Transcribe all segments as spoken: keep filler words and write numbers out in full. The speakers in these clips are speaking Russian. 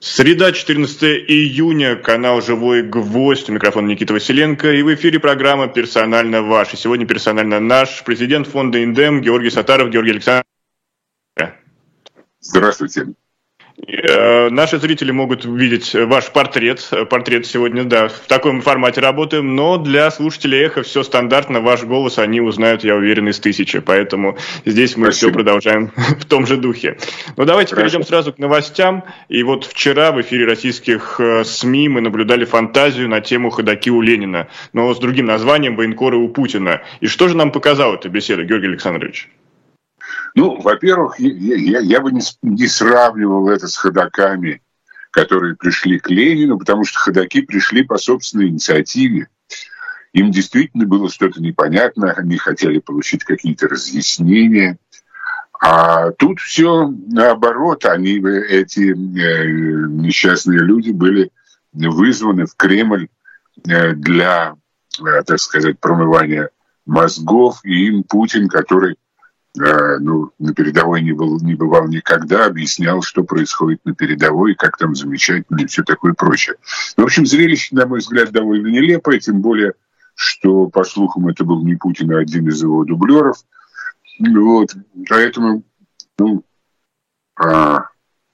Среда, четырнадцатое июня, канал «Живой гвоздь», у микрофона Никита Василенко, и в эфире программа «Персонально ваш». И сегодня персонально наш президент фонда «Индем» Георгий Саттаров. Георгий Александрович. Здравствуйте. Наши зрители могут увидеть ваш портрет. Портрет сегодня, да, в таком формате работаем, но для слушателей «Эхо» все стандартно. Ваш голос они узнают, я уверен, из тысячи. Поэтому здесь мы Спасибо. Все продолжаем в том же духе. Но давайте Хорошо. Перейдем сразу к новостям. И вот вчера в эфире российских СМИ мы наблюдали фантазию на тему ходаки у Ленина, но с другим названием «Военкоры у Путина». И что же нам показала эта беседа, Георгий Александрович? Ну, во-первых, я, я, я бы не, не сравнивал это с ходаками, которые пришли к Ленину, потому что ходаки пришли по собственной инициативе. Им действительно было что-то непонятно, они хотели получить какие-то разъяснения. А тут все наоборот, они, эти э, несчастные люди были вызваны в Кремль э, для, э, так сказать, промывания мозгов, и им Путин, который ну, на передовой не, был, не бывал никогда, объяснял, что происходит на передовой, как там замечательно и все такое прочее. Ну, в общем, зрелище, на мой взгляд, довольно нелепое, тем более, что, по слухам, это был не Путин, а один из его дублеров. Вот. Поэтому, ну, а,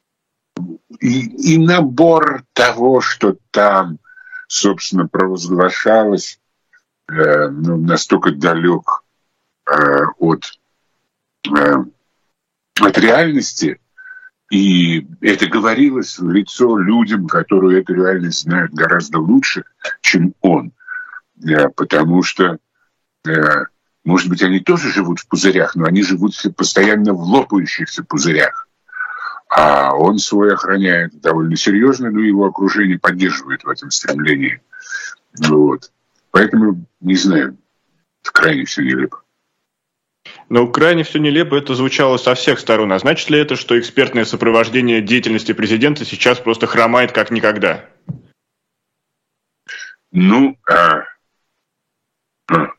и, и набор того, что там, собственно, провозглашалось, э, ну, настолько далек э, от от реальности, и это говорилось в лицо людям, которые эту реальность знают гораздо лучше, чем он. Потому что, может быть, они тоже живут в пузырях, но они живут постоянно в лопающихся пузырях. А он свой охраняет довольно серьезно, но его окружение поддерживает в этом стремлении. Вот. Поэтому, не знаю, это крайне все нелепо. Но крайне все нелепо это звучало со всех сторон. А значит ли это, что экспертное сопровождение деятельности президента сейчас просто хромает как никогда? Ну, а, а,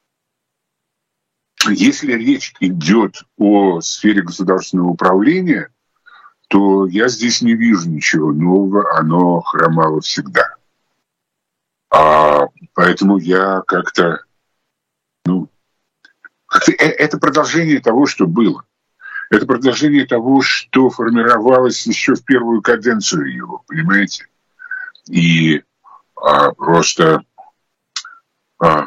если речь идет о сфере государственного управления, то я здесь не вижу ничего нового, оно хромало всегда. А, поэтому я как-то, ну, это продолжение того, что было. Это продолжение того, что формировалось еще в первую каденцию его, понимаете? И а, просто а,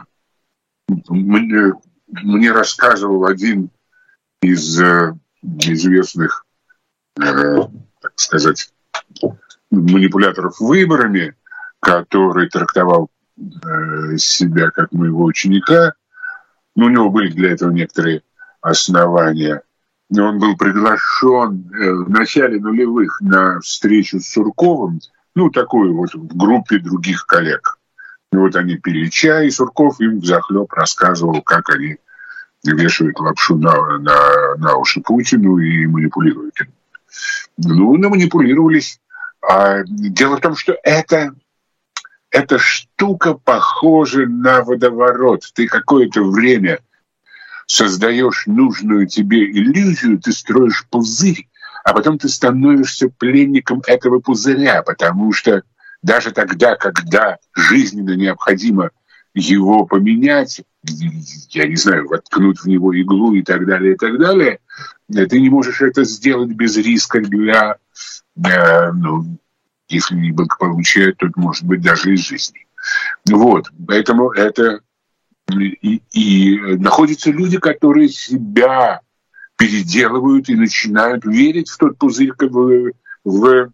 мне, мне рассказывал один из а, известных, а, так сказать, манипуляторов выборами, который трактовал а, себя как моего ученика. Ну, у него были для этого некоторые основания. Он был приглашен в начале нулевых на встречу с Сурковым, ну, такую вот в группе других коллег. И вот они пили чай, и Сурков им взахлеб рассказывал, как они вешают лапшу на, на, на уши Путину и манипулируют им. Ну, наманипулировались. А дело в том, что это... Эта штука похожа на водоворот. Ты какое-то время создаешь нужную тебе иллюзию, ты строишь пузырь, а потом ты становишься пленником этого пузыря, потому что даже тогда, когда жизненно необходимо его поменять, я не знаю, воткнуть в него иглу и так далее, и так далее, ты не можешь это сделать без риска для... для ну, если не благополучие, то, может быть, даже из жизни. Вот. Поэтому это... И, и находятся люди, которые себя переделывают и начинают верить в тот пузырь, в, в,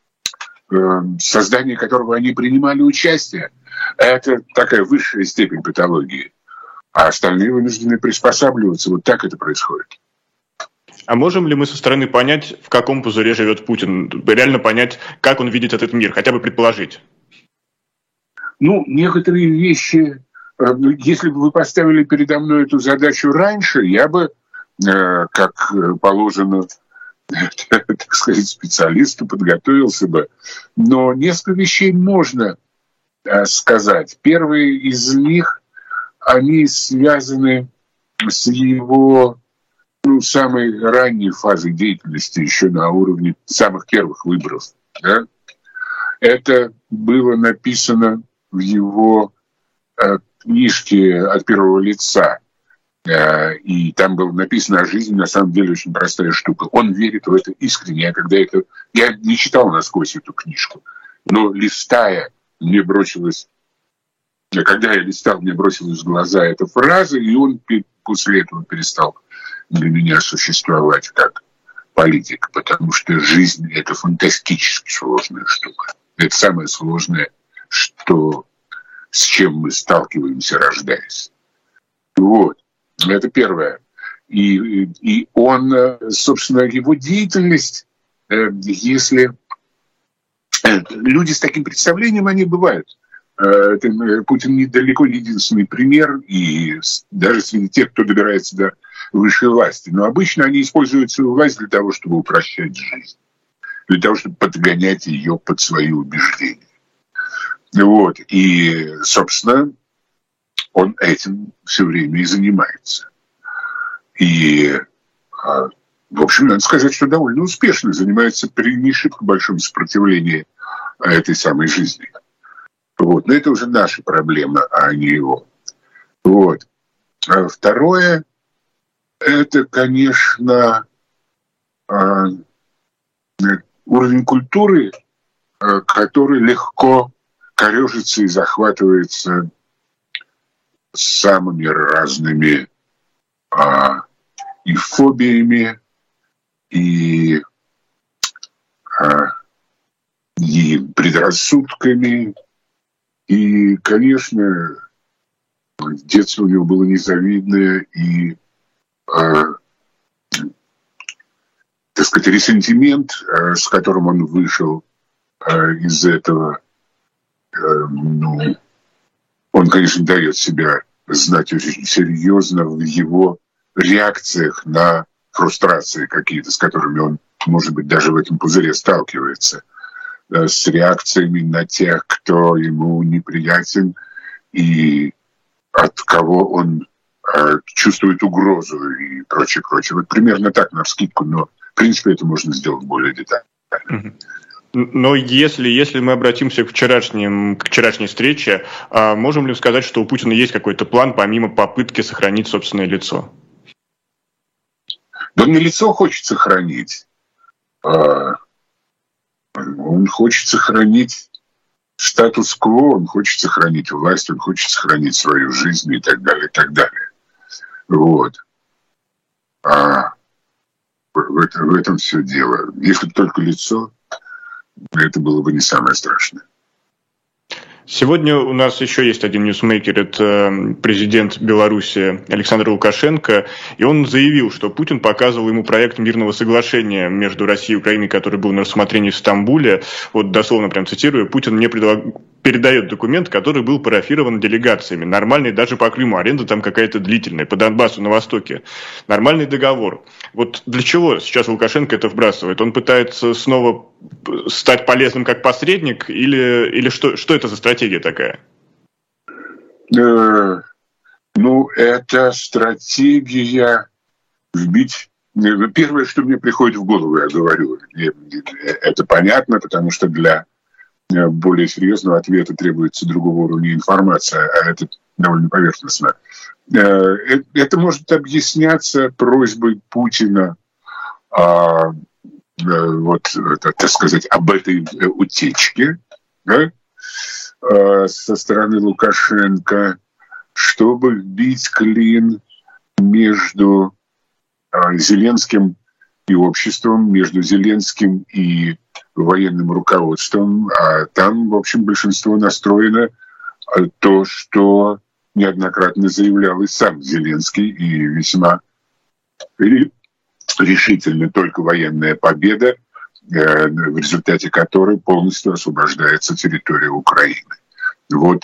в создании которого они принимали участие. Это такая высшая степень патологии. А остальные вынуждены приспосабливаться. Вот так это происходит. А можем ли мы со стороны понять, в каком пузыре живет Путин? Реально понять, как он видит этот мир, хотя бы предположить? Ну, некоторые вещи... Если бы вы поставили передо мной эту задачу раньше, я бы, как положено, так сказать, специалисту, подготовился бы. Но несколько вещей можно сказать. Первые из них, они связаны с его... ну, самой ранней фазы деятельности, еще на уровне самых первых выборов. Да? Это было написано в его э, книжке «От первого лица». Э, и там было написано о жизни, на самом деле, очень простая штука. Он верит в это искренне. Я, когда это... я не читал насквозь эту книжку, но листая, мне бросилось... Когда я листал, мне бросилась в глаза эта фраза, и он после этого перестал для меня существовать как политик, потому что жизнь — это фантастически сложная штука. Это самое сложное, что, с чем мы сталкиваемся, рождаясь. Вот. Это первое. И, и он, собственно, его деятельность, если... Люди с таким представлением, они бывают. Это, Путин недалеко не единственный пример, и даже среди тех, кто добирается до высшей власти. Но обычно они используют свою власть для того, чтобы упрощать жизнь, для того, чтобы подгонять ее под свои убеждения. Вот. И, собственно, он этим все время и занимается. И, в общем, надо сказать, что довольно успешно занимается при не шибко большом сопротивлении этой самой жизни. Вот. Но это уже наша проблема, а не его. Вот. А второе, это, конечно, уровень культуры, который легко корежится и захватывается самыми разными и фобиями, и, и предрассудками. И, конечно, детство у него было незавидное, и, э, так сказать, ресентимент, э, с которым он вышел э, из этого, э, ну, он, конечно, дает себя знать очень серьезно в его реакциях на фрустрации какие-то, с которыми он, может быть, даже в этом пузыре сталкивается. С реакциями на тех, кто ему неприятен и от кого он э, чувствует угрозу и прочее, прочее. Вот примерно так, навскидку, но в принципе это можно сделать более детально. Но если, если мы обратимся к, вчерашним, к вчерашней встрече, э, можем ли сказать, что у Путина есть какой-то план, помимо попытки сохранить собственное лицо? Да мне лицо хочет сохранить. Э, Он хочет сохранить статус-кво, он хочет сохранить власть, он хочет сохранить свою жизнь и так далее, и так далее. Вот. А в, это, в этом все дело. Если бы только лицо, это было бы не самое страшное. Сегодня у нас еще есть один ньюсмейкер, это президент Беларуси Александр Лукашенко, и он заявил, что Путин показывал ему проект мирного соглашения между Россией и Украиной, который был на рассмотрении в Стамбуле. Вот дословно прям цитирую: Путин мне предлаг... передает документ, который был парафирован делегациями. Нормальный даже по Крыму, аренда там какая-то длительная, по Донбассу на востоке. Нормальный договор. Вот для чего сейчас Лукашенко это вбрасывает? Он пытается снова стать полезным как посредник, или, или что, что это за стратегия такая? Э, ну, это стратегия вбить... Первое, что мне приходит в голову, я говорю, это понятно, потому что для более серьезного ответа требуется другого уровня информации, а это довольно поверхностно. Это может объясняться просьбой Путина о, вот, так сказать, об этой утечке, да, со стороны Лукашенко, чтобы вбить клин между Зеленским и обществом, между Зеленским и военным руководством. А там, в общем, большинство настроено то, что неоднократно заявлял и сам Зеленский, и весьма решительно: только военная победа, в результате которой полностью освобождается территория Украины. Вот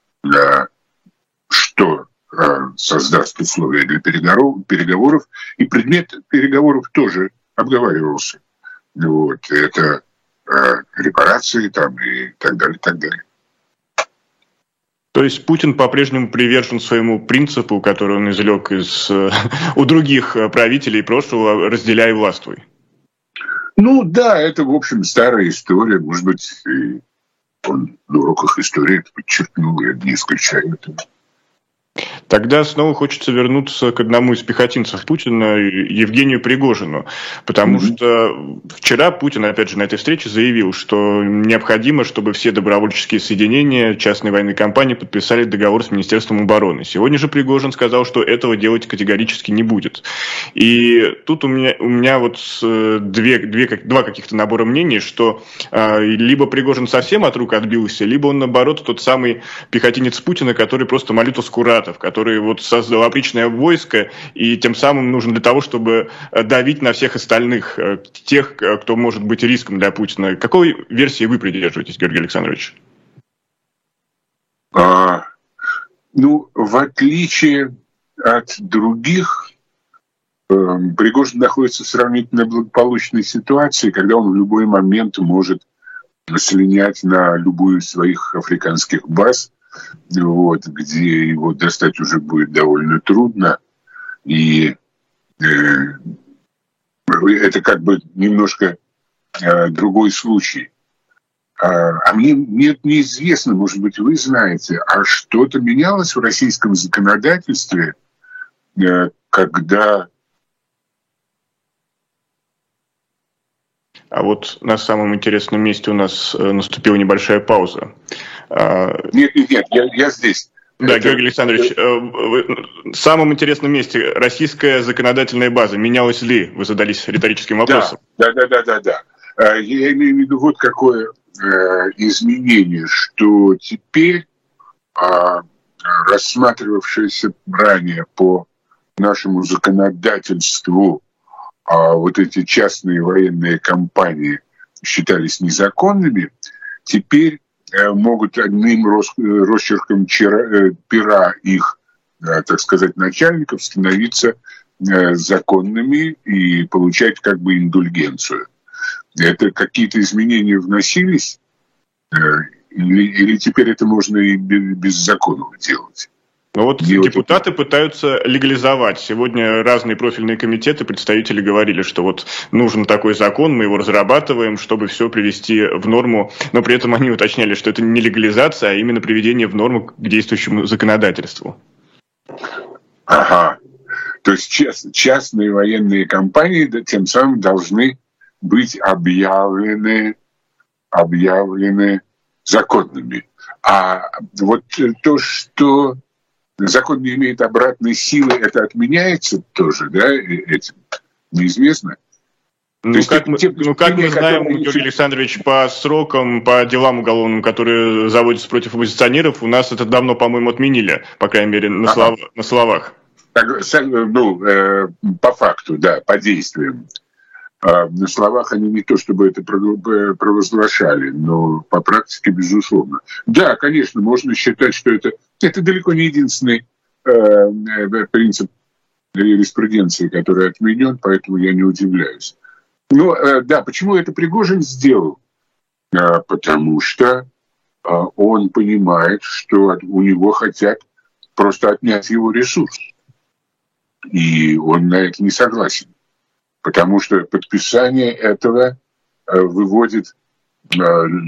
что создаст условия для переговоров, и предмет переговоров тоже обговаривался. Вот, это репарации там и так далее, и так далее. То есть Путин по-прежнему привержен своему принципу, который он извлек из, у других правителей прошлого: разделяй, властвуй. Ну да, это, в общем, старая история. Может быть, и Он на уроках истории это подчеркнул, я не исключаю этого. Тогда снова хочется вернуться к одному из пехотинцев Путина, Евгению Пригожину. Потому mm-hmm. что вчера Путин, опять же, на этой встрече заявил, что необходимо, чтобы все добровольческие соединения частной военной компании подписали договор с Министерством обороны. Сегодня же Пригожин сказал, что этого делать категорически не будет. И тут у меня, у меня вот две, две, два каких-то набора мнений, что э, либо Пригожин совсем от рук отбился, либо он, наоборот, тот самый пехотинец Путина, который просто молитва Скуратов, который вот создал опричное войско и тем самым нужен для того, чтобы давить на всех остальных, тех, кто может быть риском для Путина. Какой версии вы придерживаетесь, Георгий Александрович? А, ну, в отличие от других, э, Пригожин находится в сравнительно благополучной ситуации, когда он в любой момент может слинять на любую из своих африканских баз, вот, где его достать уже будет довольно трудно. И э, это как бы немножко э, другой случай. А, а мне нет, неизвестно, может быть, вы знаете, а что-то менялось в российском законодательстве, э, когда... А вот на самом интересном месте у нас наступила небольшая пауза. Нет, нет, нет, я, я здесь. Да, Это... Георгий Александрович, в самом интересном месте российская законодательная база менялась ли? Вы задались риторическим вопросом. Да, да, да, да, да. да. Я имею в виду вот какое изменение, что теперь рассматривавшиеся ранее по нашему законодательству вот эти частные военные компании считались незаконными, теперь могут одним росчерком пера их, так сказать, начальников становиться законными и получать как бы индульгенцию. Это какие-то изменения вносились, или, или теперь это можно и без законов делать? Но вот делать депутаты это... пытаются легализовать. Сегодня разные профильные комитеты, представители говорили, что вот нужен такой закон, мы его разрабатываем, чтобы все привести в норму. Но при этом они уточняли, что это не легализация, а именно приведение в норму к действующему законодательству. Ага. То есть част, частные военные компании тем самым должны быть объявлены, объявлены законными. А вот то, что закон не имеет обратной силы, это отменяется тоже, да, этим? Неизвестно. Ну, как, мы, те, ну, как мы знаем, которые... Георгий Александрович, по срокам, по делам уголовным, которые заводятся против оппозиционеров, у нас это давно, по-моему, отменили, по крайней мере, на, ага. слов... на словах. Так, ну, э, по факту, да, по действиям. А на словах они не то чтобы это провозглашали, но по практике, безусловно. Да, конечно, можно считать, что это, это далеко не единственный э, принцип юриспруденции, который отменен, поэтому я не удивляюсь. Ну, э, да, почему это Пригожин сделал? А, потому что а, он понимает, что от, у него хотят просто отнять его ресурс. И он на это не согласен. Потому что подписание этого э, выводит, э,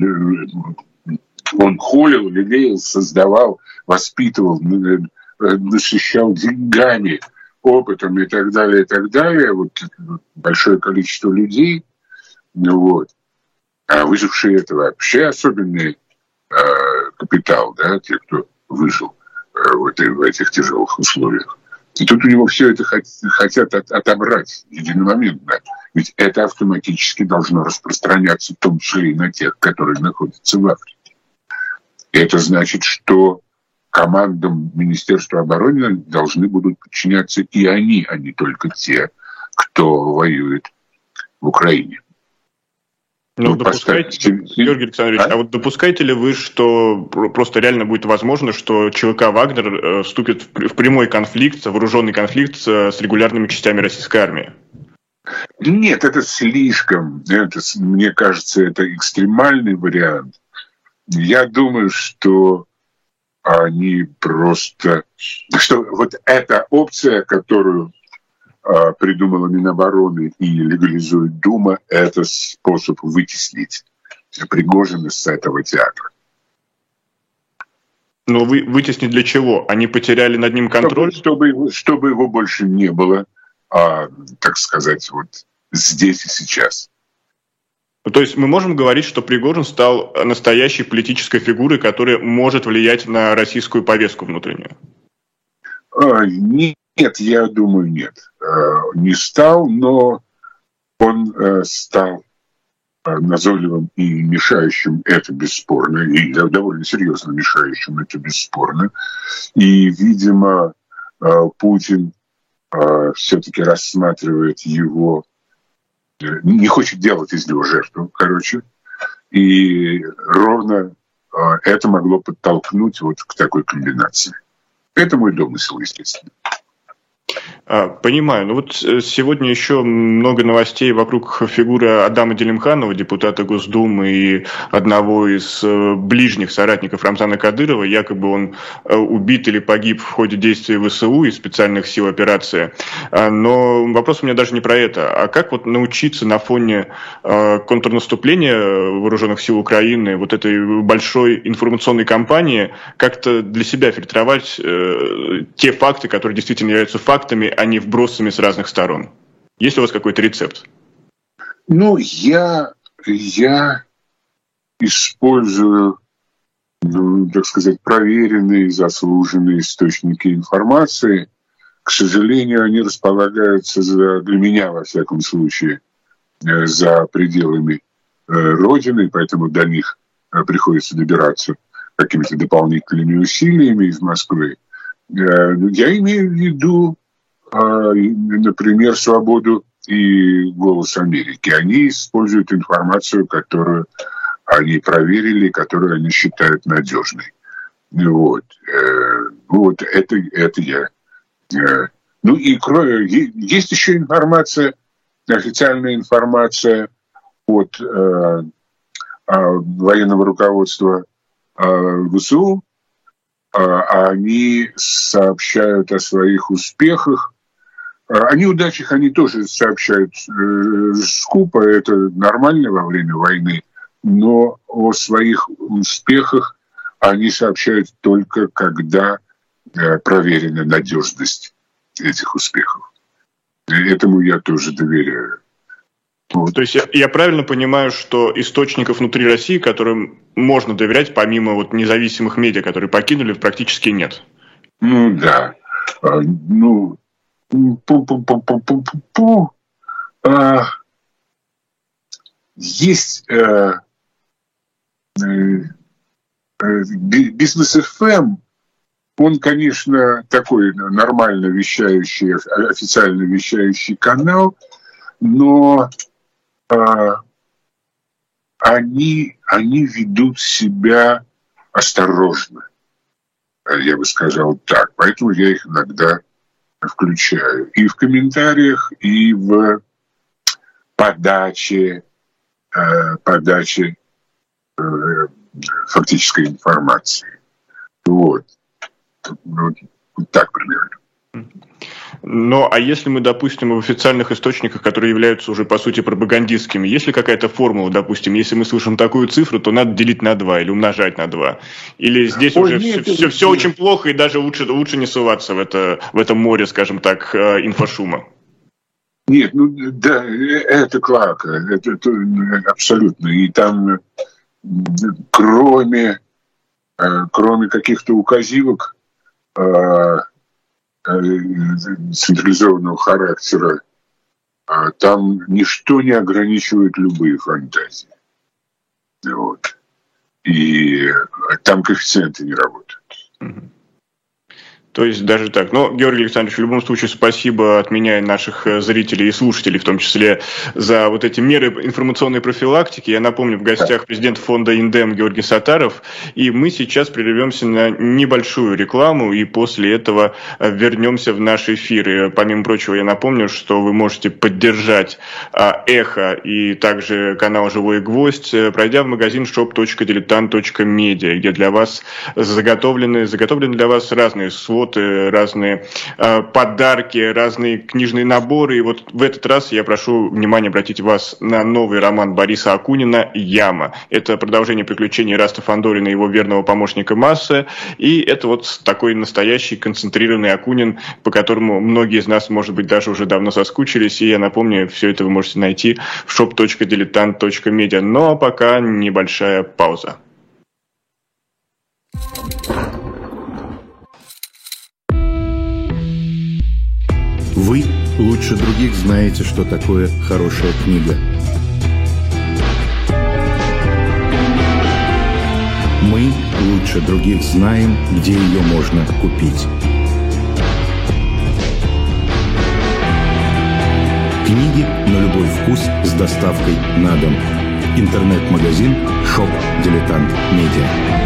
он холил, лелеял, создавал, воспитывал, э, насыщал деньгами, опытом и так далее, и так далее. Вот большое количество людей, ну вот, а выжившие это вообще особенный э, капитал, да, те, кто выжил э, в, этой, в этих тяжелых условиях. И тут у него все это хотят отобрать единомоментно. Ведь это автоматически должно распространяться в том числе и на тех, которые находятся в Африке. И это значит, что командам Министерства обороны должны будут подчиняться и они, а не только те, кто воюет в Украине. Ну, допускаете, Георгий Александрович, а? а вот допускаете ли вы, что просто реально будет возможно, что ЧВК «Вагнер» вступит в прямой конфликт, вооруженный конфликт с регулярными частями российской армии? Нет, это слишком. Это, мне кажется, это экстремальный вариант. Я думаю, что они просто... Что вот эта опция, которую придумала Минобороны и легализует Дума, это способ вытеснить Пригожина с этого театра. Но вы вытеснить для чего? Они потеряли над ним контроль? Чтобы, чтобы, чтобы его больше не было, а, так сказать, вот здесь и сейчас. То есть мы можем говорить, что Пригожин стал настоящей политической фигурой, которая может влиять на российскую повестку внутреннюю? А, нет, я думаю, нет. А, не стал, но он а, стал назойливым и мешающим, это бесспорно, и довольно серьезно мешающим, это бесспорно. И, видимо, Путин все-таки рассматривает его, не хочет делать из него жертву, короче, и ровно это могло подтолкнуть вот к такой комбинации. Это мой домысел, естественно. Понимаю. Ну вот сегодня еще много новостей вокруг фигуры Адама Делимханова, депутата Госдумы и одного из ближних соратников Рамзана Кадырова. Якобы он убит или погиб в ходе действий ВСУ и специальных сил операции. Но вопрос у меня даже не про это. А как вот научиться на фоне контрнаступления вооруженных сил Украины, вот этой большой информационной кампании, как-то для себя фильтровать те факты, которые действительно являются фактами, а не вбросами с разных сторон? Есть ли у вас какой-то рецепт? Ну, я, я использую, ну, так сказать, проверенные, заслуженные источники информации. К сожалению, они располагаются, за, для меня, во всяком случае, за пределами Родины, поэтому до них приходится добираться какими-то дополнительными усилиями из Москвы. Я имею в виду, например, «Свободу» и «Голос Америки». Они используют информацию, которую они проверили, которую они считают надежной. Вот, вот это, это я. Ну и кроме, есть еще информация, официальная информация от военного руководства ВСУ. Они сообщают о своих успехах. О неудачах они тоже сообщают скупо, это нормально во время войны, но о своих успехах они сообщают только когда проверена надежность этих успехов. И этому я тоже доверяю. Вот. То есть я, я правильно понимаю, что источников внутри России, которым можно доверять, помимо вот независимых медиа, которые покинули, практически нет? Ну да. А, ну, пу-пу-пу-пу-пу-пу. А, есть а, а, Бизнес эф эм, он, конечно, такой нормально вещающий, официально вещающий канал, но а, они, они ведут себя осторожно, я бы сказал так. Поэтому я их иногда включаю и в комментариях, и в подаче, э, подаче э, фактической информации. Вот. Вот, вот так примерно. Ну, а если мы, допустим, в официальных источниках, которые являются уже, по сути, пропагандистскими, есть ли какая-то формула, допустим, если мы слышим такую цифру, то надо делить на два или умножать на два? Или здесь Ой, уже нет, все, все, все очень плохо, и даже лучше, лучше не суваться в это, в это море, скажем так, инфошума? Нет, ну да, это клака, это, это абсолютно. И там, кроме, кроме каких-то указивок централизованного характера, там ничто не ограничивает любые фантазии. Вот. И там коэффициенты не работают. То есть даже так. Но, Георгий Александрович, в любом случае спасибо от меня и наших зрителей и слушателей, в том числе, за вот эти меры информационной профилактики. Я напомню, в гостях президент фонда «Индем» Георгий Саттаров. И мы сейчас прервемся на небольшую рекламу, и после этого вернемся в наш эфир. И, помимо прочего, я напомню, что вы можете поддержать «Эхо» и также канал «Живой гвоздь», пройдя в магазин шоп точка дилетант точка медиа, где для вас заготовлены, заготовлены для вас разные слова, анекдоты, разные э, подарки, разные книжные наборы. И вот в этот раз я прошу внимания обратить вас на новый роман Бориса Акунина «Яма». Это продолжение приключений Ираста Фандорина и его верного помощника Массы. И это вот такой настоящий концентрированный Акунин, по которому многие из нас, может быть, даже уже давно соскучились. И я напомню, все это вы можете найти в шоп точка дилетант точка медиа. Но пока небольшая пауза. Вы лучше других знаете, что такое хорошая книга. Мы лучше других знаем, где ее можно купить. Книги на любой вкус с доставкой на дом. Интернет-магазин «Шоп Дилетант Медиа».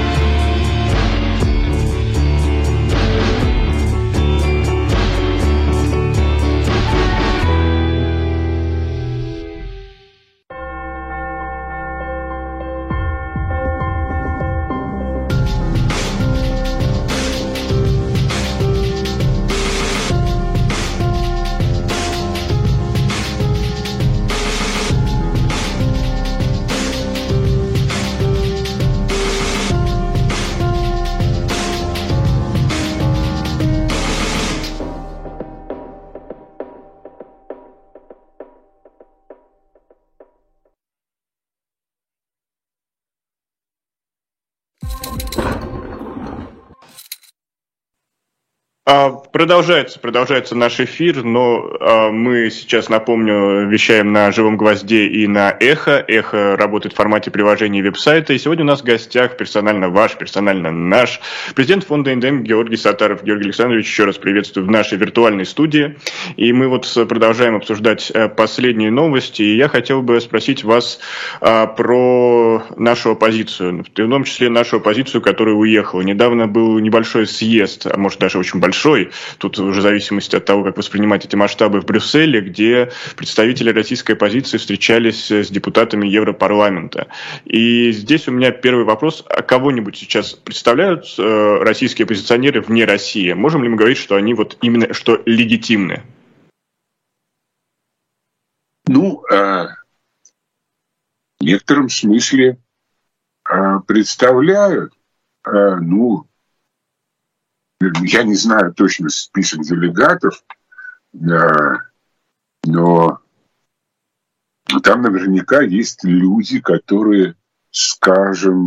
Продолжается, продолжается наш эфир, но э, мы сейчас, напомню, вещаем на «Живом гвозде» и на «Эхо». «Эхо» работает в формате приложения и веб-сайта. И сегодня у нас в гостях персонально ваш, персонально наш президент фонда «Эндем» Георгий Саттаров. Георгий Александрович, еще раз приветствую в нашей виртуальной студии. И мы вот продолжаем обсуждать последние новости. И я хотел бы спросить вас э, про нашу оппозицию, в том числе нашу оппозицию, которая уехала. Недавно был небольшой съезд, а может даже очень большой, тут уже в зависимости от того, как воспринимать эти масштабы, в Брюсселе, где представители российской оппозиции встречались с депутатами Европарламента. И здесь у меня первый вопрос. А кого-нибудь сейчас представляют э, российские оппозиционеры вне России? Можем ли мы говорить, что они вот именно что легитимны? Ну, э, в некотором смысле э, представляют, э, ну, я не знаю точно список делегатов, но там наверняка есть люди, которые, скажем,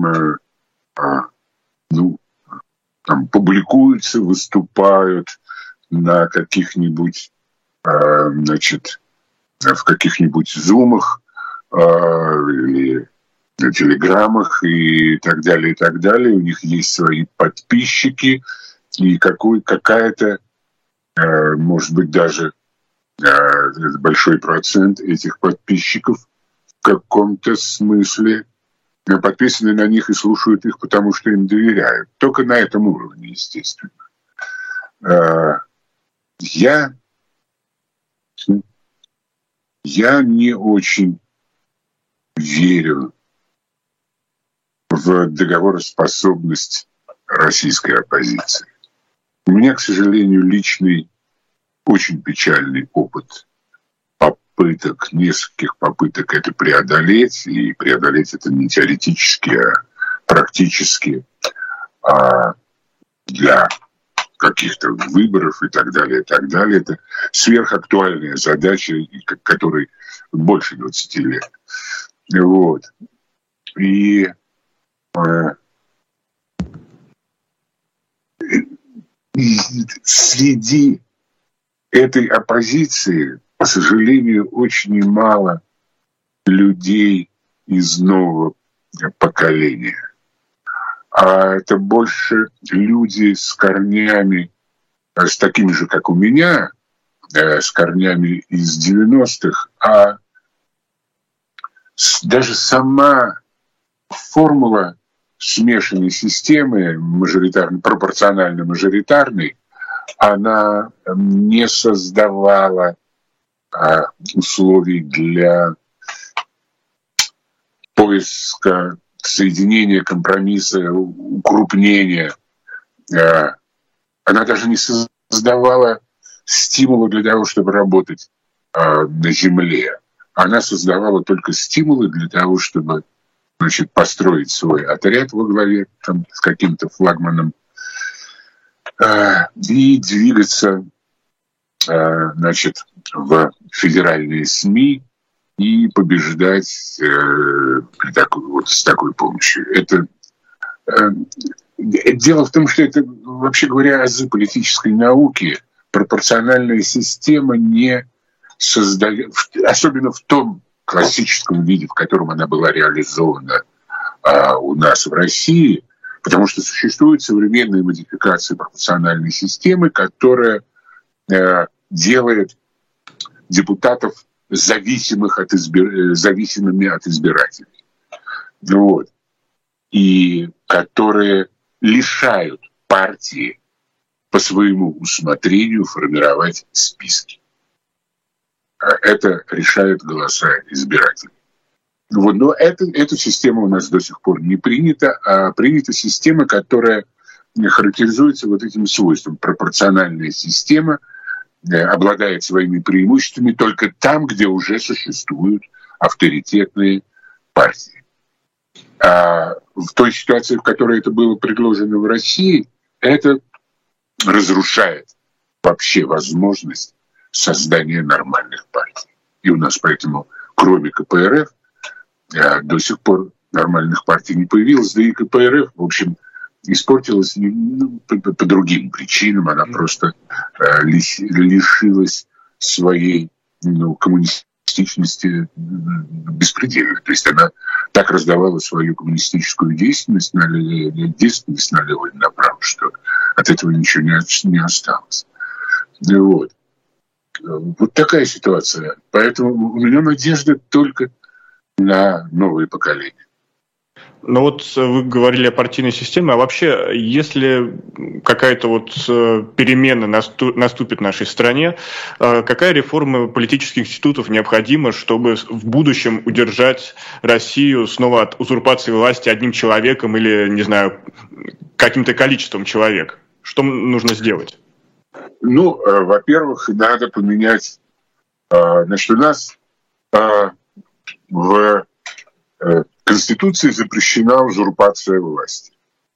ну, там, публикуются, выступают на каких-нибудь, значит, в каких-нибудь зумах или на телеграммах и так далее, и так далее. У них есть свои подписчики. И какой, какая-то, э, может быть, даже э, большой процент этих подписчиков в каком-то смысле подписаны на них и слушают их, потому что им доверяют. Только на этом уровне, естественно. Э, я, я не очень верю в договороспособность российской оппозиции. У меня, к сожалению, личный, очень печальный опыт попыток, нескольких попыток это преодолеть, и преодолеть это не теоретически, а практически, а для каких-то выборов и так далее, и так далее. Это сверхактуальная задача, которой больше двадцати лет. Вот. И э, И среди этой оппозиции, к сожалению, очень мало людей из нового поколения. А это больше люди с корнями, с такими же, как у меня, с корнями из девяностых, а даже сама формула смешанной системы, мажоритарной, пропорционально-мажоритарной, она не создавала а, условий для поиска соединения, компромисса, укрупнения а, Она даже не создавала стимулы для того, чтобы работать э, на земле. Она создавала только стимулы для того, чтобы, значит, построить свой отряд во главе там, с каким-то флагманом э, и двигаться, э, значит, в федеральные СМИ и побеждать э, при такой, вот, с такой помощью. Это э, дело в том, что это, вообще говоря, азы политической науки. Пропорциональная система не создает, особенно в том классическом виде, в котором она была реализована а, у нас в России, потому что существует современная модификация пропорциональной системы, которая а, делает депутатов зависимых от избир... зависимыми от избирателей. Вот. И которые лишают партии по своему усмотрению формировать списки. Это решает голоса избирателей. Вот, но это, эта система у нас до сих пор не принята, а принята система, которая характеризуется вот этим свойством. Пропорциональная система обладает своими преимуществами только там, где уже существуют авторитетные партии. А в той ситуации, в которой это было предложено в России, это разрушает вообще возможность создания нормальных партий. И у нас поэтому, кроме ка пэ эр эф, до сих пор нормальных партий не появилось. Да и ка пэ эр эф, в общем, испортилась ну, по, по другим причинам. Она просто э, лишилась своей ну, коммунистичности беспредельно. То есть она так раздавала свою коммунистическую деятельность, деятельность налево и направо, что от этого ничего не, не осталось. Вот. Вот такая ситуация. Поэтому у меня надежда только на новые поколения. Ну вот вы говорили о партийной системе, а вообще, если какая-то вот перемена наступит в нашей стране, какая реформа политических институтов необходима, чтобы в будущем удержать Россию снова от узурпации власти одним человеком или, не знаю, каким-то количеством человек? Что нужно сделать? Ну, во-первых, надо поменять... Значит, у нас в Конституции запрещена узурпация власти.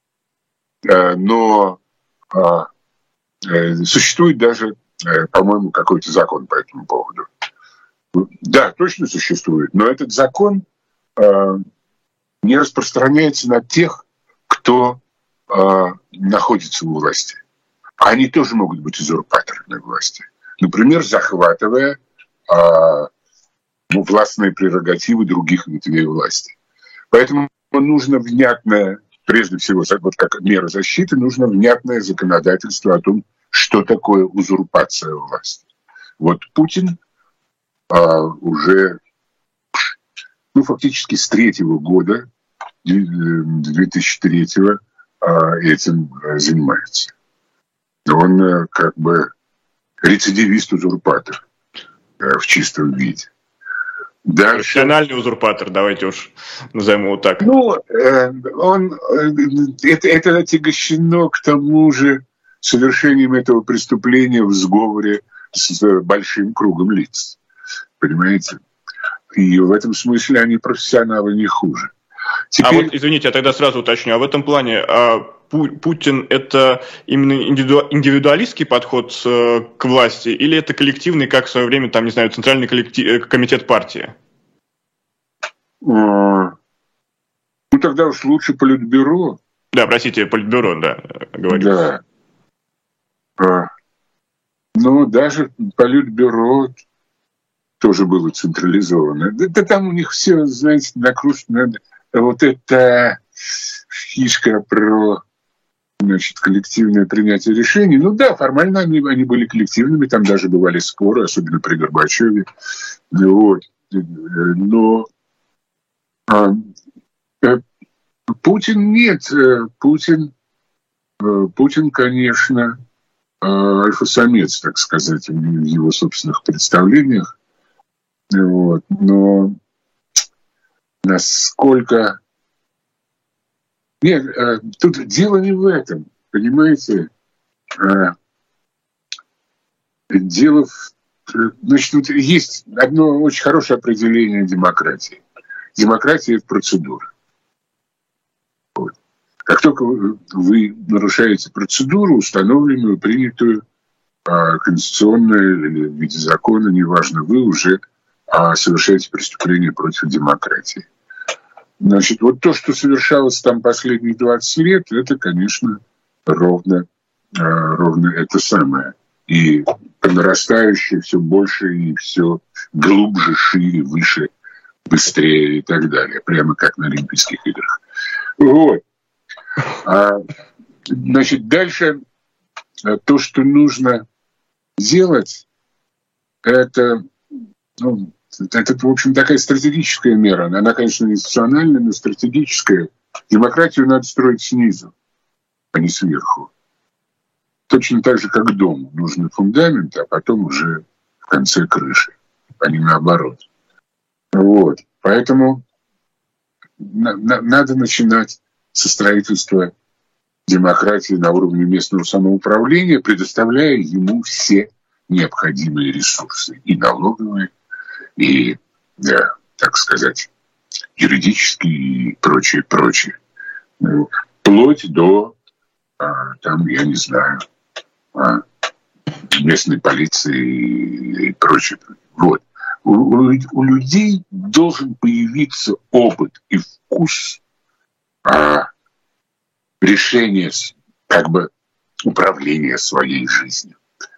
Но существует даже, по-моему, какой-то закон по этому поводу. Да, точно существует, но этот закон не распространяется на тех, кто находится у власти. Они тоже могут быть узурпаторами власти. Например, захватывая ну, властные прерогативы других ветвей власти. Поэтому нужно внятное, прежде всего, вот как мера защиты, нужно внятное законодательство о том, что такое узурпация власти. Вот Путин а, уже ну, фактически с третьего года, две тысячи третьего, а, этим занимается. Он как бы рецидивист-узурпатор а, в чистом виде. Дальше... Профессиональный узурпатор, давайте уж назовем его так. Ну, он, это, это отягощено к тому же совершением этого преступления в сговоре с большим кругом лиц. Понимаете? И в этом смысле они профессионалы не хуже. Теперь... А вот, извините, я тогда сразу уточню. А в этом плане а, Пу- Путин – это именно индивиду... индивидуалистский подход э, к власти или это коллективный, как в свое время, там, не знаю, Центральный коллектив... комитет партии? А, ну, тогда уж лучше Политбюро. Да, простите, Политбюро, да, говорю. Да. А, ну, даже Политбюро тоже было централизовано. Да, да там у них все, знаете, накручено. Вот эта фишка про, значит, коллективное принятие решений. Ну да, формально они, они были коллективными, там даже бывали споры, особенно при Горбачеве. Вот. Но а, Путин нет. Путин, Путин, конечно, альфа-самец, так сказать, в его собственных представлениях. Вот. Но насколько... Нет, тут дело не в этом, понимаете? дело в... Значит, вот есть одно очень хорошее определение демократии. Демократия – это процедура. Вот. Как только вы нарушаете процедуру, установленную, принятую, конституционную или в виде закона, неважно, вы уже совершаете преступление против демократии. Значит, вот то, что совершалось там последние двадцать лет, это, конечно, ровно, ровно это самое. И нарастающее все больше и все глубже, шире, выше, быстрее и так далее. Прямо как на Олимпийских играх. Вот. А, значит, дальше то, что нужно делать, это, ну, это, в общем, такая стратегическая мера. Она, конечно, институциональная, но стратегическая. Демократию надо строить снизу, а не сверху. Точно так же, как дом. Нужен фундамент, а потом уже в конце крыши, а не наоборот. Вот. Поэтому на- на- надо начинать со строительства демократии на уровне местного самоуправления, предоставляя ему все необходимые ресурсы. И налоговые, и, да, так сказать, юридические и прочее, прочее. Ну, вплоть до, а, там, я не знаю, а, местной полиции и прочее. Вот. У, у, у людей должен появиться опыт и вкус а, решения, как бы, управления своей жизнью.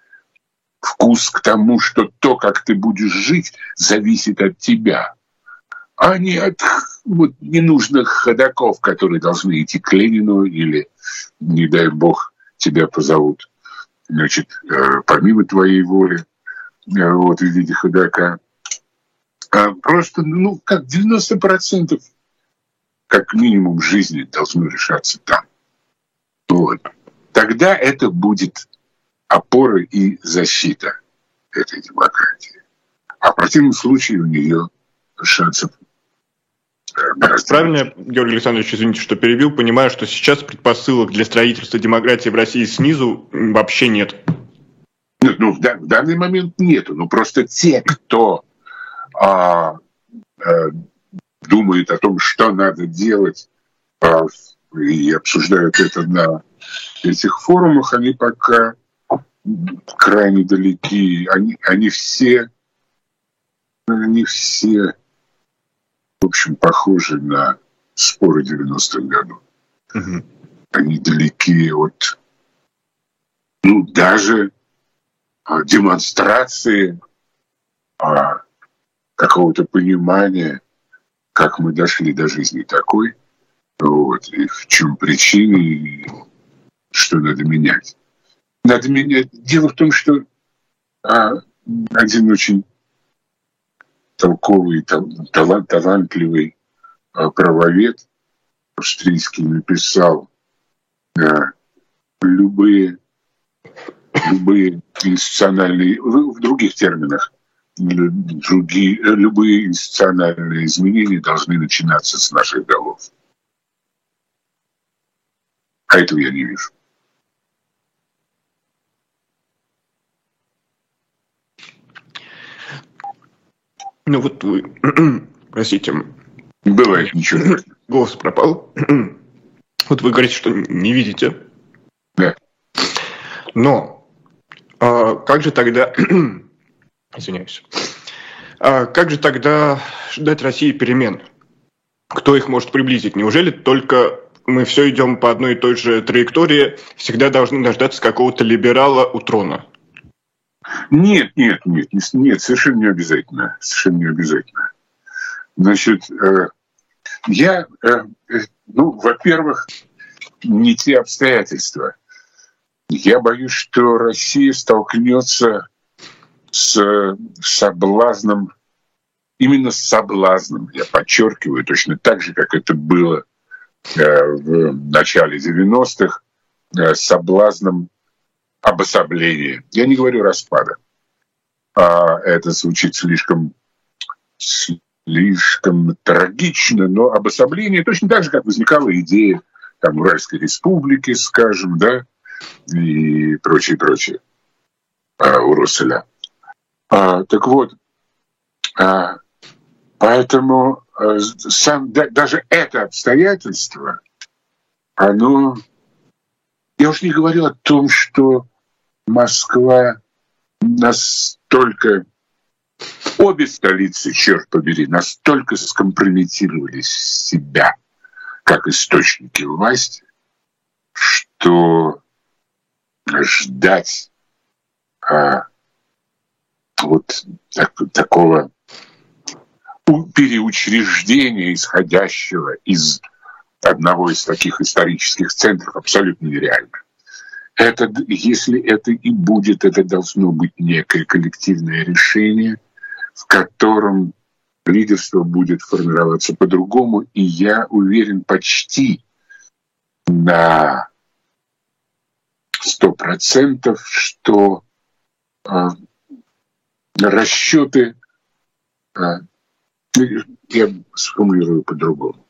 Вкус к тому, что то, как ты будешь жить, зависит от тебя, а не от вот, ненужных ходоков, которые должны идти к Ленину или, не дай бог, тебя позовут, значит, помимо твоей воли, вот, в виде ходока. А просто, ну, как девяносто процентов, как минимум, жизни должно решаться там. Вот. Тогда это будет опора и защита этой демократии. А в противном случае у нее шансов гораздо. Правильно я, Георгий Александрович, извините, что перебил, понимаю, что сейчас предпосылок для строительства демократии в России снизу вообще нет. Ну, ну в, да, в данный момент нету. Ну, просто те, кто а, а, думает о том, что надо делать, а, и обсуждают это на этих форумах, они пока крайне далеки. Они, они все, они все, в общем, похожи на споры девяностых годов. Угу. Они далеки от, ну, даже а, демонстрации а, какого-то понимания, как мы дошли до жизни такой, вот, и в чем причины, и что надо менять. Надо менять. Дело в том, что а, один очень толковый, талант, талантливый а, правовед австрийский написал, а, любые, любые институциональные, в других терминах, другие, любые институциональные изменения должны начинаться с наших голов. А этого я не вижу. Ну вот вы, простите. Бывает, ничего. Голос пропал. Вот вы говорите, что не видите. Да. Но а как же тогда... Извиняюсь. А как же тогда ждать России перемен? Кто их может приблизить? Неужели только мы все идем по одной и той же траектории, всегда должны дождаться какого-то либерала у трона? Нет, нет, нет, нет, совершенно не обязательно. Совершенно не обязательно. Значит, э, я, э, ну, во-первых, не те обстоятельства. Я боюсь, что Россия столкнется с соблазном, именно с соблазном, я подчеркиваю, точно так же, как это было э, в начале девяностых, э, соблазном обособления. Я не говорю распада. А это звучит слишком, слишком трагично, но обособление точно так же, как возникала идея там, Уральской республики, скажем, да, и прочее, прочее у Росселя. А, так вот, а, поэтому а, сам, да, даже это обстоятельство, оно... Я уж не говорю о том, что Москва настолько... Обе столицы, черт побери, настолько скомпрометировали себя как источники власти, что ждать а, вот так, такого переучреждения, исходящего из одного из таких исторических центров, абсолютно нереально. Это, если это и будет, это должно быть некое коллективное решение, в котором лидерство будет формироваться по-другому, и я уверен почти на сто процентов, что э, расчеты, э, я сформулирую по-другому,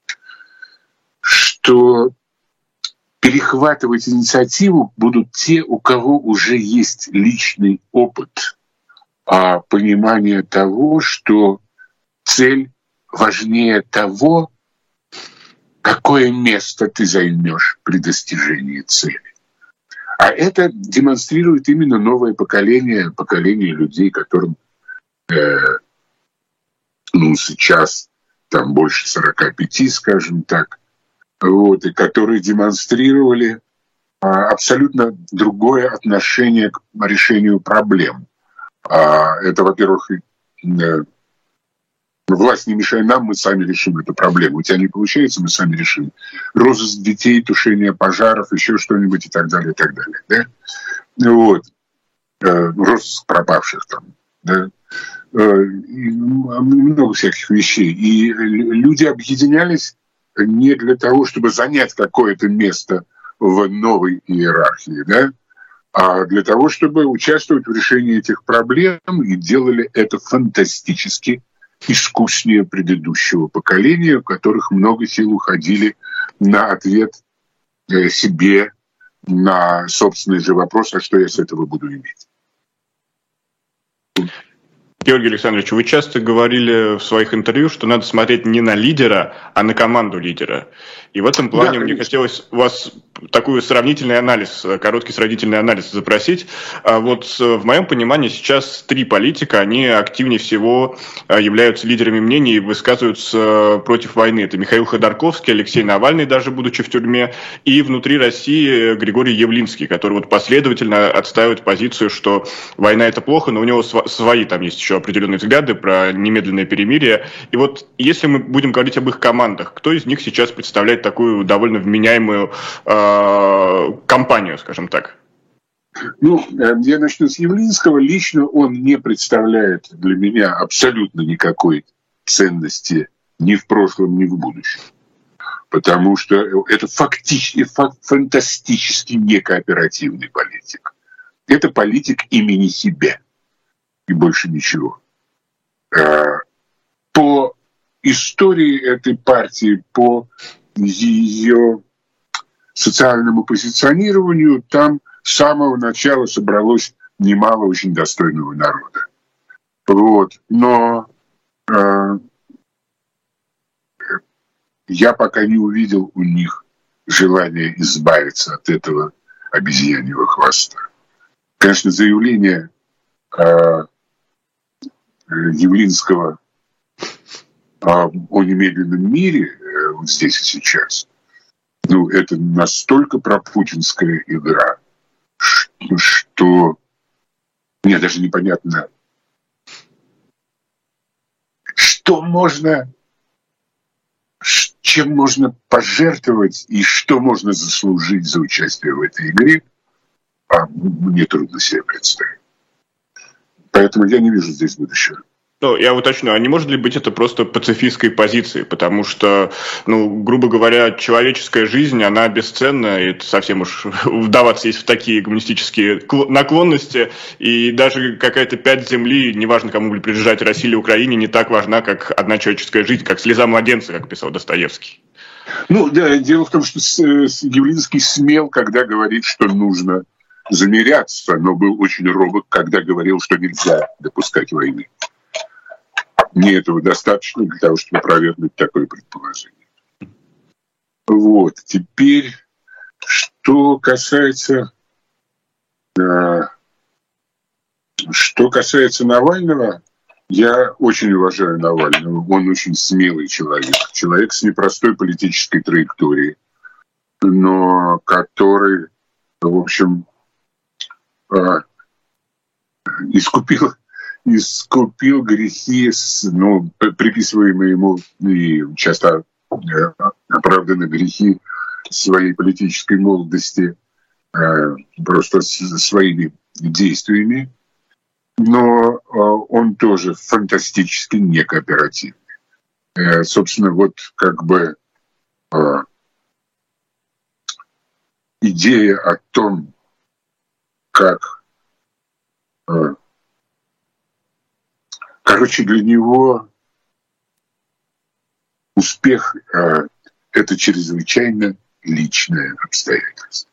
что перехватывать инициативу будут те, у кого уже есть личный опыт, а понимание того, что цель важнее того, какое место ты займешь при достижении цели. А это демонстрирует именно новое поколение, поколение людей, которым э, ну, сейчас там больше сорока пяти, скажем так, вот, и которые демонстрировали а, абсолютно другое отношение к решению проблем. А, это, во-первых, э, власть не мешай нам, мы сами решим эту проблему. У тебя не получается, мы сами решим. Розыск детей, тушение пожаров, еще что-нибудь и так далее, и так далее. Да? Вот. Э, розыск пропавших там. Да? Э, и много всяких вещей. И люди объединялись не для того, чтобы занять какое-то место в новой иерархии, да? А для того, чтобы участвовать в решении этих проблем, и делали это фантастически искуснее предыдущего поколения, у которых много сил уходили на ответ себе на собственный же вопрос, а что я с этого буду иметь. Георгий Александрович, вы часто говорили в своих интервью, что надо смотреть не на лидера, а на команду лидера. И в этом плане да, мне хотелось у вас такой сравнительный анализ, короткий сравнительный анализ запросить. Вот в моем понимании сейчас три политика, они активнее всего являются лидерами мнений и высказываются против войны. Это Михаил Ходорковский, Алексей Навальный, даже будучи в тюрьме, и внутри России Григорий Явлинский, который вот последовательно отстаивает позицию, что война — это плохо, но у него свои там есть еще определенные взгляды про немедленное перемирие. И вот если мы будем говорить об их командах, кто из них сейчас представляет такую довольно вменяемую э, компанию, скажем так? Ну, я начну с Явлинского. Лично он не представляет для меня абсолютно никакой ценности ни в прошлом, ни в будущем. Потому что это фактически, фантастически некооперативный политик. Это политик имени себя. И больше ничего. По истории этой партии, по ее социальному позиционированию, там с самого начала собралось немало очень достойного народа. Вот. Но э, я пока не увидел у них желания избавиться от этого обезьяньего хвоста. Конечно, заявление э, Явлинского о, о немедленном мире э, вот здесь и сейчас, ну, это настолько пропутинская игра, что, что мне даже непонятно, что можно, чем можно пожертвовать и что можно заслужить за участие в этой игре, а мне трудно себе представить. Поэтому я не вижу здесь будущего. Ну, я уточню, а не может ли быть это просто пацифистской позицией? Потому что, ну, грубо говоря, человеческая жизнь, она бесценна, и это совсем уж вдаваться есть в такие гуманистические наклонности, и даже какая-то пять земли, неважно, кому будет принадлежать, России или Украине, не так важна, как одна человеческая жизнь, как слеза младенца, как писал Достоевский. Ну, да, дело в том, что Явлинский смел, когда говорит, что нужно замеряться, но был очень робок, когда говорил, что нельзя допускать войны. Мне этого достаточно для того, чтобы опровергнуть такое предположение. Вот. Теперь, что касается, э, что касается Навального, я очень уважаю Навального. Он очень смелый человек. Человек с непростой политической траекторией, но который, в общем, э, искупил, искупил грехи, ну, приписываемые ему и часто оправданы грехи своей политической молодости э, просто своими действиями. Но э, он тоже фантастически некооперативный. Э, собственно, вот как бы э, идея о том, как... Э, короче, для него успех э, – это чрезвычайно личное обстоятельство.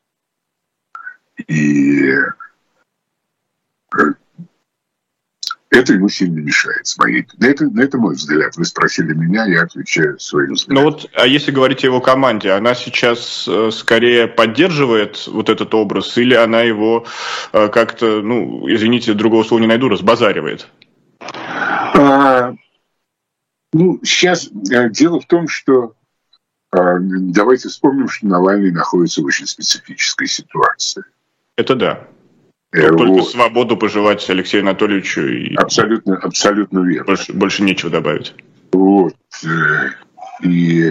И э, это ему сильно мешает. С моей... на, это, на это мой взгляд. Вы спросили меня, я отвечаю своим взглядом. Ну вот, а если говорить о его команде, она сейчас э, скорее поддерживает вот этот образ, или она его э, как-то, ну, извините, другого слова не найду, разбазаривает? А, ну, сейчас а, дело в том, что а, давайте вспомним, что Навальный находится в очень специфической ситуации. Это да. Э, Только вот. свободу пожелать Алексею Анатольевичу. И абсолютно, абсолютно верно. Больше, больше нечего добавить. Вот. Э, и...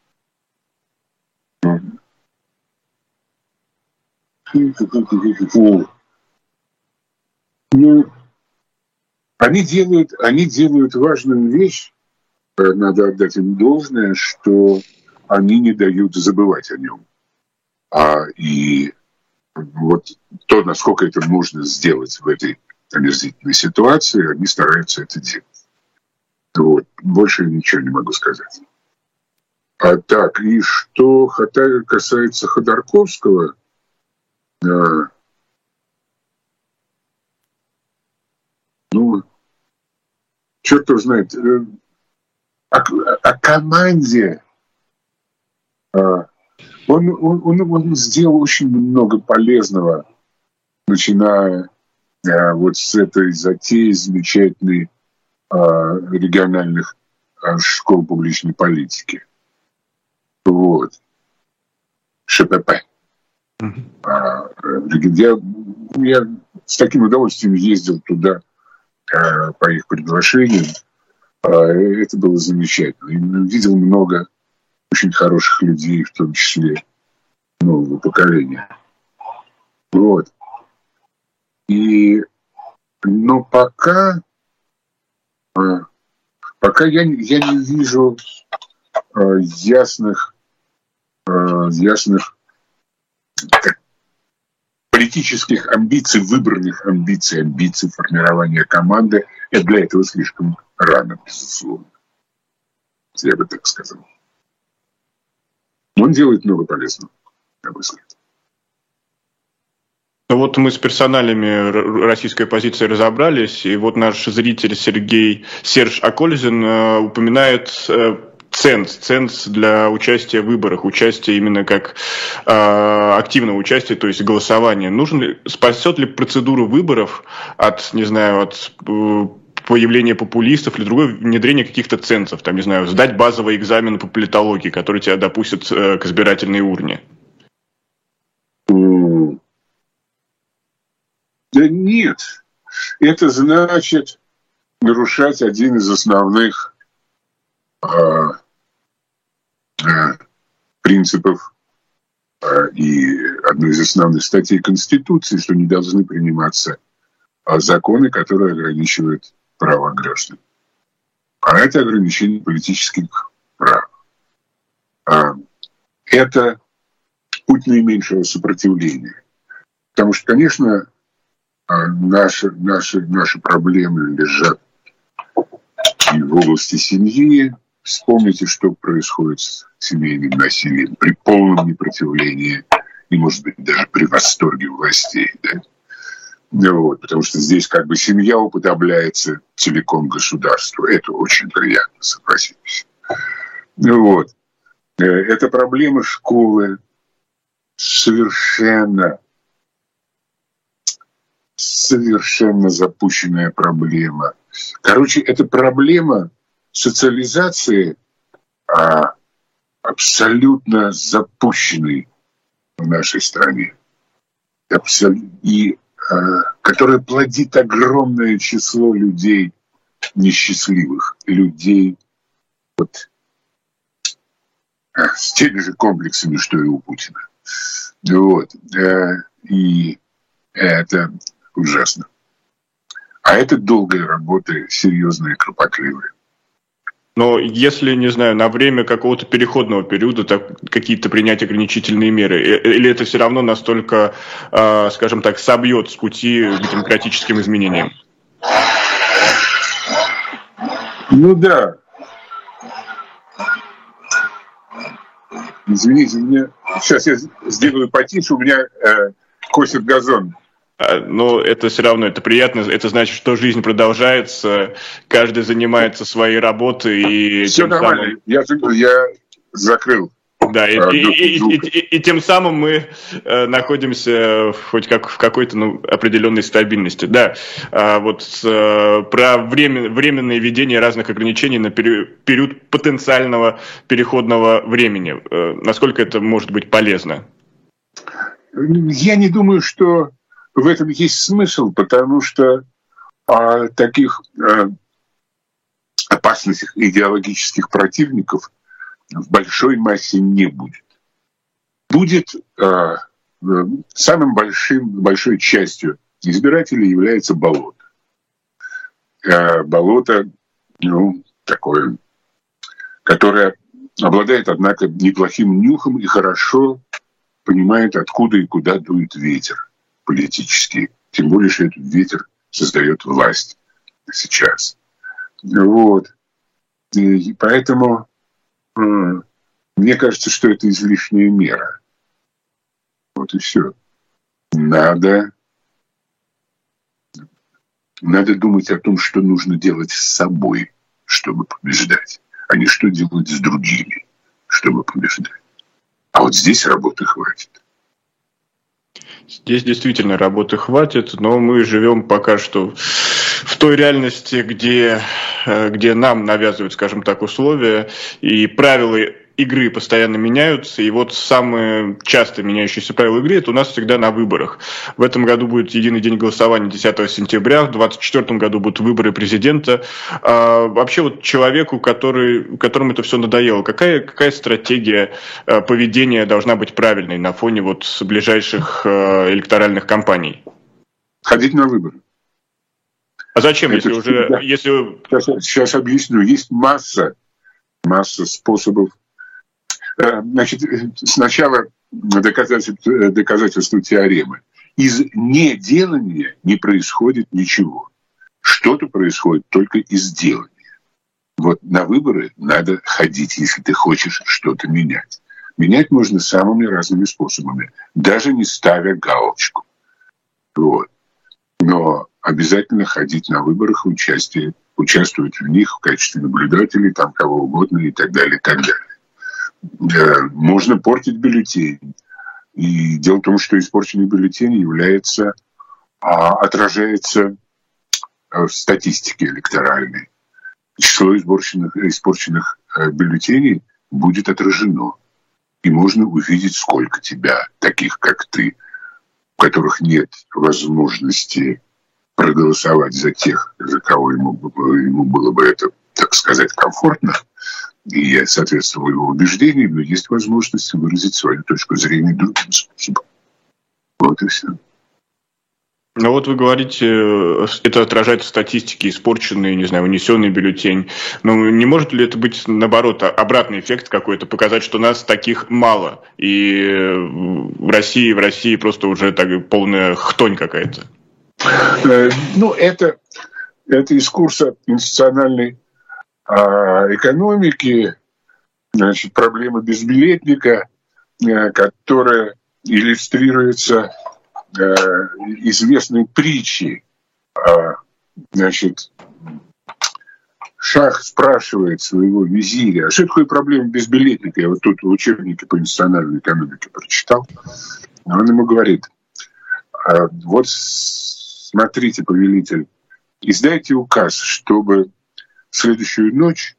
Ну, они делают, они делают важную вещь, надо отдать им должное, что они не дают забывать о нем. А, и вот то, насколько это можно сделать в этой омерзительной ситуации, они стараются это делать. Вот. Больше ничего не могу сказать. А так, и что касается Ходорковского, э, ну, черт его знает, э, о, о команде э, он, он, он, он сделал очень много полезного, начиная э, вот с этой затеи замечательной э, региональных э, школ публичной политики. Вот. ШПП. Mm-hmm. А, я, я с таким удовольствием ездил туда а, по их приглашениям. А, это было замечательно. И видел много очень хороших людей, в том числе нового поколения. Вот. И, но пока, а, пока я, я не вижу а, ясных ясных политических амбиций, выбранных амбиций, амбиций формирования команды. И для этого слишком рано, безусловно. Я бы так сказал. Он делает много полезного, я бы сказал. Ну вот мы с персоналями российской оппозиции разобрались, и вот наш зритель Сергей Серж Акользин э, упоминает э, ценз, ценз для участия в выборах, участие именно как э, активного участия, то есть голосования. Нужен ли, спасет ли процедуру выборов от, не знаю, от э, появления популистов или другое внедрение каких-то цензов, там, не знаю, сдать базовый экзамен по политологии, который тебя допустит э, к избирательной урне? Да нет. Это значит нарушать один из основных э, принципов и одной из основных статей Конституции, что не должны приниматься законы, которые ограничивают права граждан. А это ограничение политических прав. Это путь наименьшего сопротивления. Потому что, конечно, наши, наши, наши проблемы лежат и в области семьи, вспомните, что происходит с семейным насилием при полном непротивлении и, может быть, даже при восторге властей. Да? Вот, потому что здесь как бы семья уподобляется целиком государству. Это очень приятно, согласитесь. Вот. Это проблема школы. Совершенно, совершенно запущенная проблема. Короче, это проблема социализации а, абсолютно запущенной в нашей стране. И а, которая плодит огромное число людей несчастливых, людей вот, а, с теми же комплексами, что и у Путина. Вот. И это ужасно. А это долгая работа, серьезная, кропотливая. Но если, не знаю, на время какого-то переходного периода так, какие-то принять ограничительные меры, или это все равно настолько, э, скажем так, собьет с пути к демократическим изменениям? Ну да. Извините, мне сейчас я сделаю потише, у меня э, косит газон. Но это все равно, это приятно, это значит, что жизнь продолжается, каждый занимается своей работой. И все тем нормально, самым... я, я закрыл. Да, и, и, и, и, и, и тем самым мы э, находимся хоть как в какой-то ну, определенной стабильности. Да, э, вот э, про время, временное введение разных ограничений на период, период потенциального переходного времени. Э, насколько это может быть полезно? Я не думаю, что в этом есть смысл, потому что а, таких а, опасных идеологических противников в большой массе не будет. Будет а, самым большим, большой частью избирателей является болото. А, болото, ну, такое, которое обладает, однако, неплохим нюхом и хорошо понимает, откуда и куда дует ветер политический. Тем более, что этот ветер создает власть сейчас. Вот. И поэтому э, мне кажется, что это излишняя мера. Вот и все. Надо, надо думать о том, что нужно делать с собой, чтобы побеждать, а не что делать с другими, чтобы побеждать. А вот здесь работы хватит. Здесь действительно работы хватит, но мы живем пока что в той реальности, где, где нам навязывают, скажем так, условия, и правила игры постоянно меняются, и вот самые часто меняющиеся правила игры — это у нас всегда на выборах. В этом году будет единый день голосования десятого сентября, в двадцать четвёртом году будут выборы президента. А вообще вот человеку, который, которому это все надоело, какая, какая стратегия поведения должна быть правильной на фоне вот ближайших электоральных кампаний? Ходить на выборы. А зачем, это если уже... Да. Если... Сейчас, сейчас объясню. Есть масса, масса способов. Значит, сначала доказательство, доказательство теоремы. Из неделания не происходит ничего. Что-то происходит только из делания. Вот на выборы надо ходить, если ты хочешь что-то менять. Менять можно самыми разными способами, даже не ставя галочку. Вот. Но обязательно ходить на выборах, участие, участвовать в них в качестве наблюдателей, там кого угодно и так далее, и так далее. Можно портить бюллетень. И дело в том, что испорченный бюллетень является, а, отражается в статистике электоральной. Число испорченных, испорченных бюллетеней будет отражено. И можно увидеть, сколько тебя, таких как ты, у которых нет возможности проголосовать за тех, за кого ему, ему было бы это, так сказать, комфортно, и соответствовало его убеждениям, но есть возможность выразить свою точку зрения другим способом. Вот и все. Ну вот вы говорите, это отражает в статистике испорченный, не знаю, унесенный бюллетень. Но не может ли это быть, наоборот, обратный эффект какой-то, показать, что нас таких мало, и в России, в России просто уже так полная хтонь какая-то? Ну, это, это из курса институциональной А экономики, значит, проблема безбилетника, которая иллюстрируется известной притчей. Значит, шах спрашивает своего визиря, а что такое проблема безбилетника? Я вот тут в учебнике по национальной экономике прочитал. Он ему говорит: вот смотрите, повелитель, издайте указ, чтобы в следующую ночь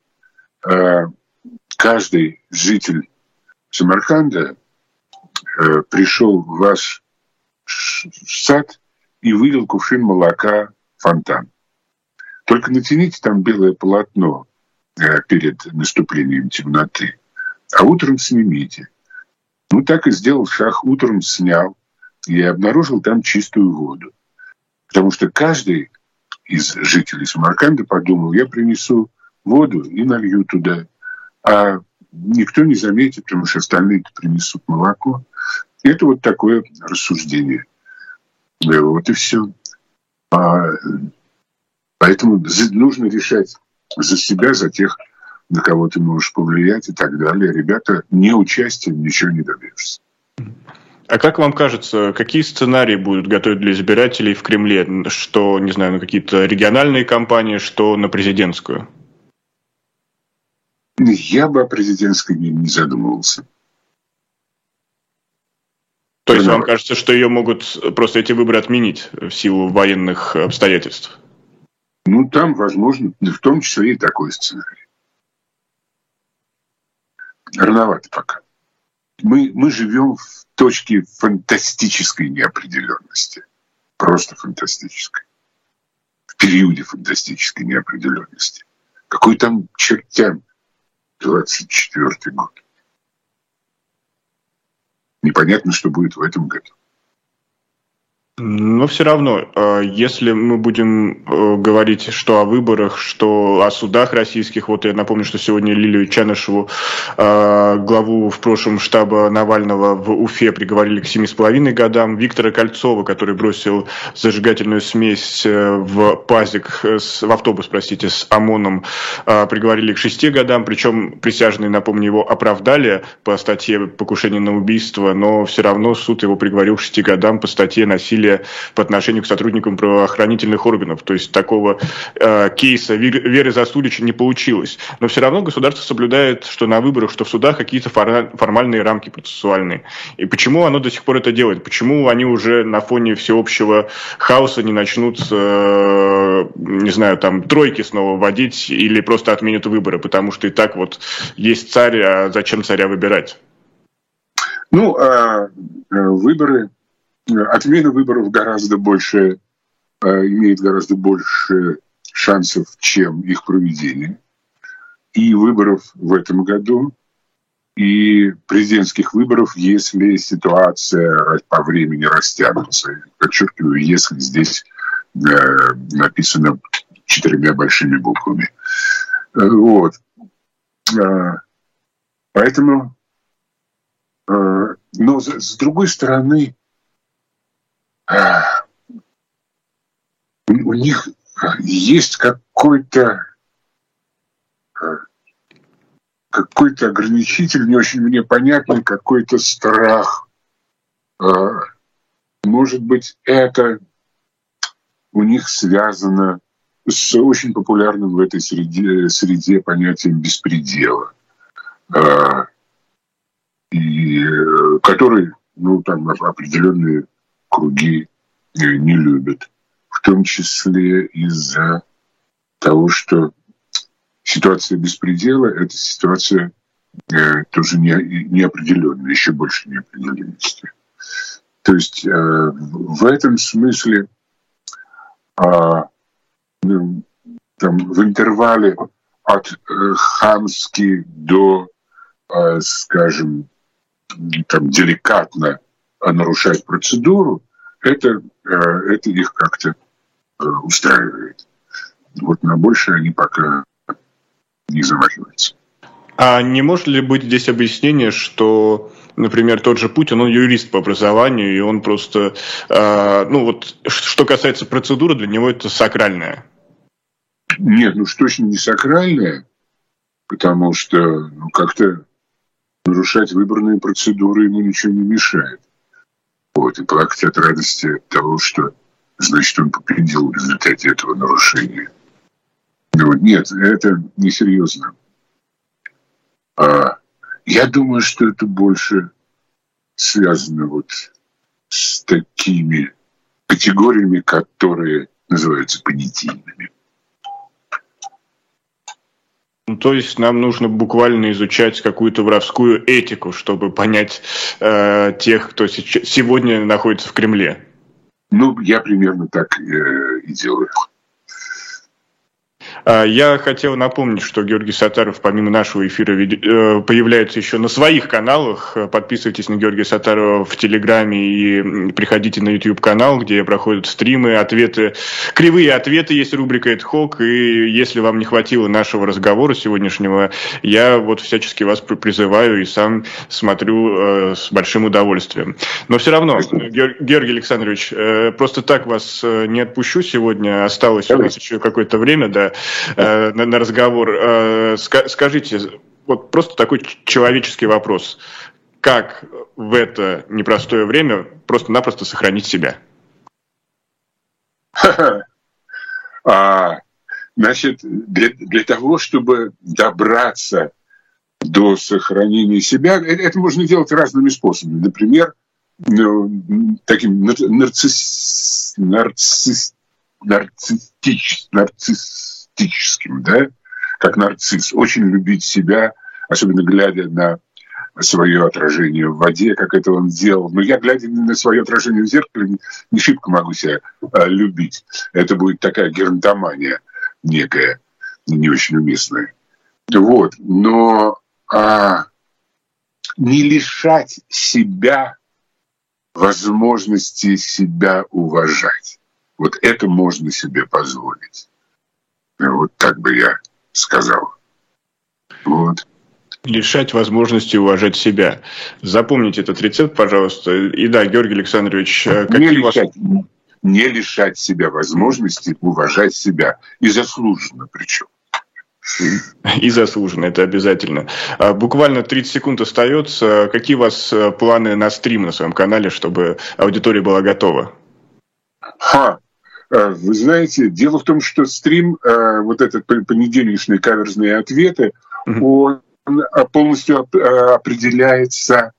каждый житель Самарканда пришел в ваш сад и вылил кувшин молока в фонтан. Только натяните там белое полотно перед наступлением темноты, а утром снимите. Ну, так и сделал шах. Утром снял и обнаружил там чистую воду. Потому что каждый из жителей Самарканда подумал: я принесу воду и налью туда. А никто не заметит, потому что остальные-то принесут молоко. Это вот такое рассуждение. Да, вот и все. А, поэтому нужно решать за себя, за тех, на кого ты можешь повлиять и так далее. Ребята, не участием ничего не добьешься. А как вам кажется, какие сценарии будут готовить для избирателей в Кремле? Что, не знаю, на какие-то региональные кампании, что на президентскую? Я бы о президентской не задумывался. То есть вам кажется, что ее могут просто эти выборы отменить в силу военных обстоятельств? Ну, там, возможно, в том числе и такой сценарий. Рановато пока. Мы, мы живем в точке фантастической неопределенности. Просто фантастической. В периоде фантастической неопределенности. Какой там чертям двадцать четвёртый год. Непонятно, что будет в этом году. Но все равно, если мы будем говорить что о выборах, что о судах российских, вот я напомню, что сегодня Лилию Чанышеву, главу в прошлом штаба Навального в Уфе, приговорили к семи с половиной годам. Виктора Кольцова, который бросил зажигательную смесь в пазик, в автобус, простите, с ОМОНом, приговорили к шести годам. Причем присяжные, напомню, его оправдали по статье покушения на убийство, но все равно суд его приговорил к шести годам по статье насилия по отношению к сотрудникам правоохранительных органов. То есть такого э, кейса Веры Засулич не получилось. Но все равно государство соблюдает, что на выборах, что в судах, какие-то фор- формальные рамки процессуальные. И почему оно до сих пор это делает? Почему они уже на фоне всеобщего хаоса не начнут, э, не знаю, там, тройки снова вводить или просто отменят выборы? Потому что и так вот есть царь, а зачем царя выбирать? Ну, а выборы... Отмена выборов гораздо больше, имеет гораздо больше шансов, чем их проведение. И выборов в этом году, и президентских выборов, если ситуация по времени растянется. Подчеркиваю, если здесь написано четырьмя большими буквами. Вот. Поэтому, но с другой стороны, у них есть какой-то какой-то ограничитель, не очень мне понятный, какой-то страх. Может быть, это у них связано с очень популярным в этой среде, среде понятием беспредела, и который, ну, там определенные круги не любят, в том числе из-за того, что ситуация беспредела – это ситуация э, тоже не, неопределенная, еще больше неопределенности. То есть э, в этом смысле э, ну, там, в интервале от э, хамски до, э, скажем, там, деликатно нарушать процедуру, это, это их как-то устраивает. Вот на больше они пока не замахиваются. А не может ли быть здесь объяснение, что, например, тот же Путин, он юрист по образованию, и он просто, э, ну вот, что касается процедуры, для него это сакральное? Нет, ну что точно не сакральное, потому что ну, как-то нарушать выборные процедуры ему ничего не мешает. Вот, и плакать от радости от того, что, значит, он победил в результате этого нарушения. Ну, нет, это несерьезно. А, я думаю, что это больше связано вот с такими категориями, которые называются понятийными. Ну, то есть нам нужно буквально изучать какую-то воровскую этику, чтобы понять э, тех, кто сейчас, сегодня находится в Кремле. Ну, я примерно так э, и делаю. Я хотел напомнить, что Георгий Саттаров, помимо нашего эфира, появляется еще на своих каналах. Подписывайтесь на Георгия Саттарова в Телеграме и приходите на YouTube-канал, где проходят стримы, ответы, кривые ответы, есть рубрика «Эдхок». И если вам не хватило нашего разговора сегодняшнего, я вот всячески вас призываю и сам смотрю с большим удовольствием. Но все равно, Георгий Александрович, просто так вас не отпущу сегодня. Осталось у нас еще какое-то время, да. На, на разговор. Скажите, вот просто такой человеческий вопрос. Как в это непростое время просто-напросто сохранить себя? А, значит, для, для того, чтобы добраться до сохранения себя, это, это можно делать разными способами. Например, ну, таким нарцисс, нарцисс, нарциссич, нарцисс, да, как нарцисс, очень любить себя, особенно глядя на свое отражение в воде, как это он делал. Но я, глядя на свое отражение в зеркале, не, не шибко могу себя а, любить. Это будет такая геронтомания некая, не очень уместная. Вот. Но а, не лишать себя возможности себя уважать. Вот это можно себе позволить. Вот так бы я сказал. Вот. Лишать возможности уважать себя. Запомните этот рецепт, пожалуйста. И да, Георгий Александрович, какие не лишать, вас... не лишать себя возможности уважать себя. И заслуженно причем. И заслуженно, это обязательно. Буквально тридцать секунд остается. Какие у вас планы на стрим на своем канале, чтобы аудитория была готова? Ха! Вы знаете, дело в том, что стрим, вот этот понедельничные каверзные ответы, mm-hmm. он полностью определяется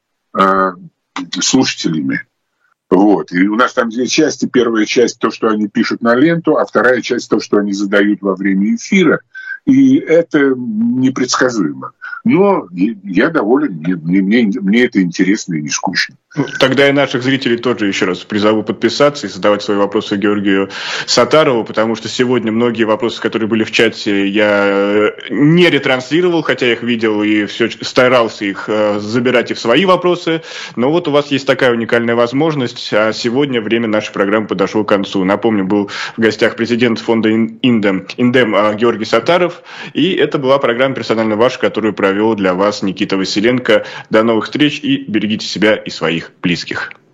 слушателями. Вот. И у нас там две части. Первая часть — то, что они пишут на ленту, а вторая часть — то, что они задают во время эфира. И это непредсказуемо. Но я доволен, мне, мне, мне это интересно и не скучно. Тогда и наших зрителей тоже еще раз призову подписаться и задавать свои вопросы Георгию Саттарову, потому что сегодня многие вопросы, которые были в чате, я не ретранслировал, хотя я их видел и все старался их забирать и в свои вопросы. Но вот у вас есть такая уникальная возможность, а сегодня время нашей программы подошло к концу. Напомню, был в гостях президент фонда Индем, Индем Георгий Саттаров, и это была программа «Персонально ваша», которую провел для вас Никита Василенко. До новых встреч и берегите себя и своих близких.